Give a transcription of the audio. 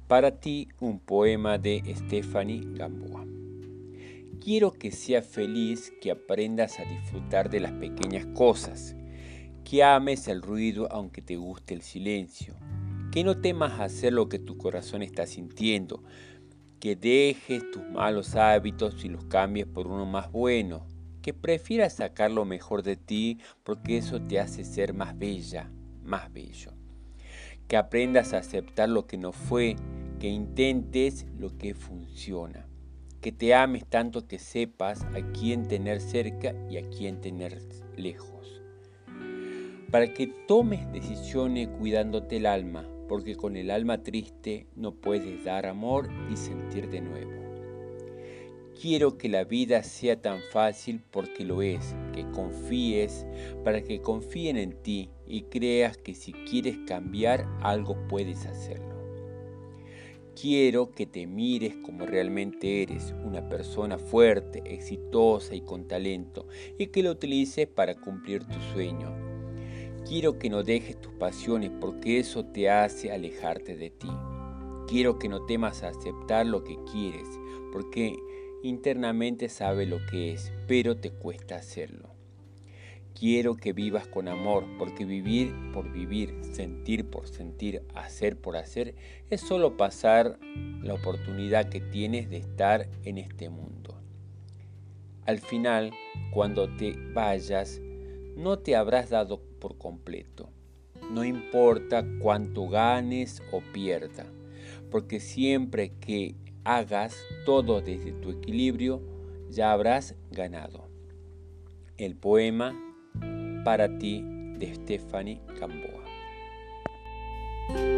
Para ti, un poema de Stephanie Gamboa. Quiero que seas feliz, que aprendas a disfrutar de las pequeñas cosas, que ames el ruido aunque te guste el silencio, que no temas hacer lo que tu corazón está sintiendo, que dejes tus malos hábitos y los cambies por uno más bueno, que prefieras sacar lo mejor de ti porque eso te hace ser más bella, más bello, que aprendas a aceptar lo que no fue, que intentes lo que funciona, que te ames tanto que sepas a quién tener cerca y a quién tener lejos, para que tomes decisiones cuidándote el alma, porque con el alma triste no puedes dar amor y sentir de nuevo. Quiero que la vida sea tan fácil porque lo es, que confíes para que confíen en ti y creas que si quieres cambiar algo puedes hacerlo. Quiero que te mires como realmente eres, una persona fuerte, exitosa y con talento, y que lo utilices para cumplir tu sueño. Quiero que no dejes tus pasiones porque eso te hace alejarte de ti. Quiero que no temas a aceptar lo que quieres porque internamente sabes lo que es, pero te cuesta hacerlo. Quiero que vivas con amor, porque vivir por vivir, sentir por sentir, hacer por hacer, es solo pasar la oportunidad que tienes de estar en este mundo. Al final, cuando te vayas, no te habrás dado por completo. No importa cuánto ganes o pierdas, porque siempre que hagas todo desde tu equilibrio, ya habrás ganado. El poema Para ti de Stephanie Gamboa.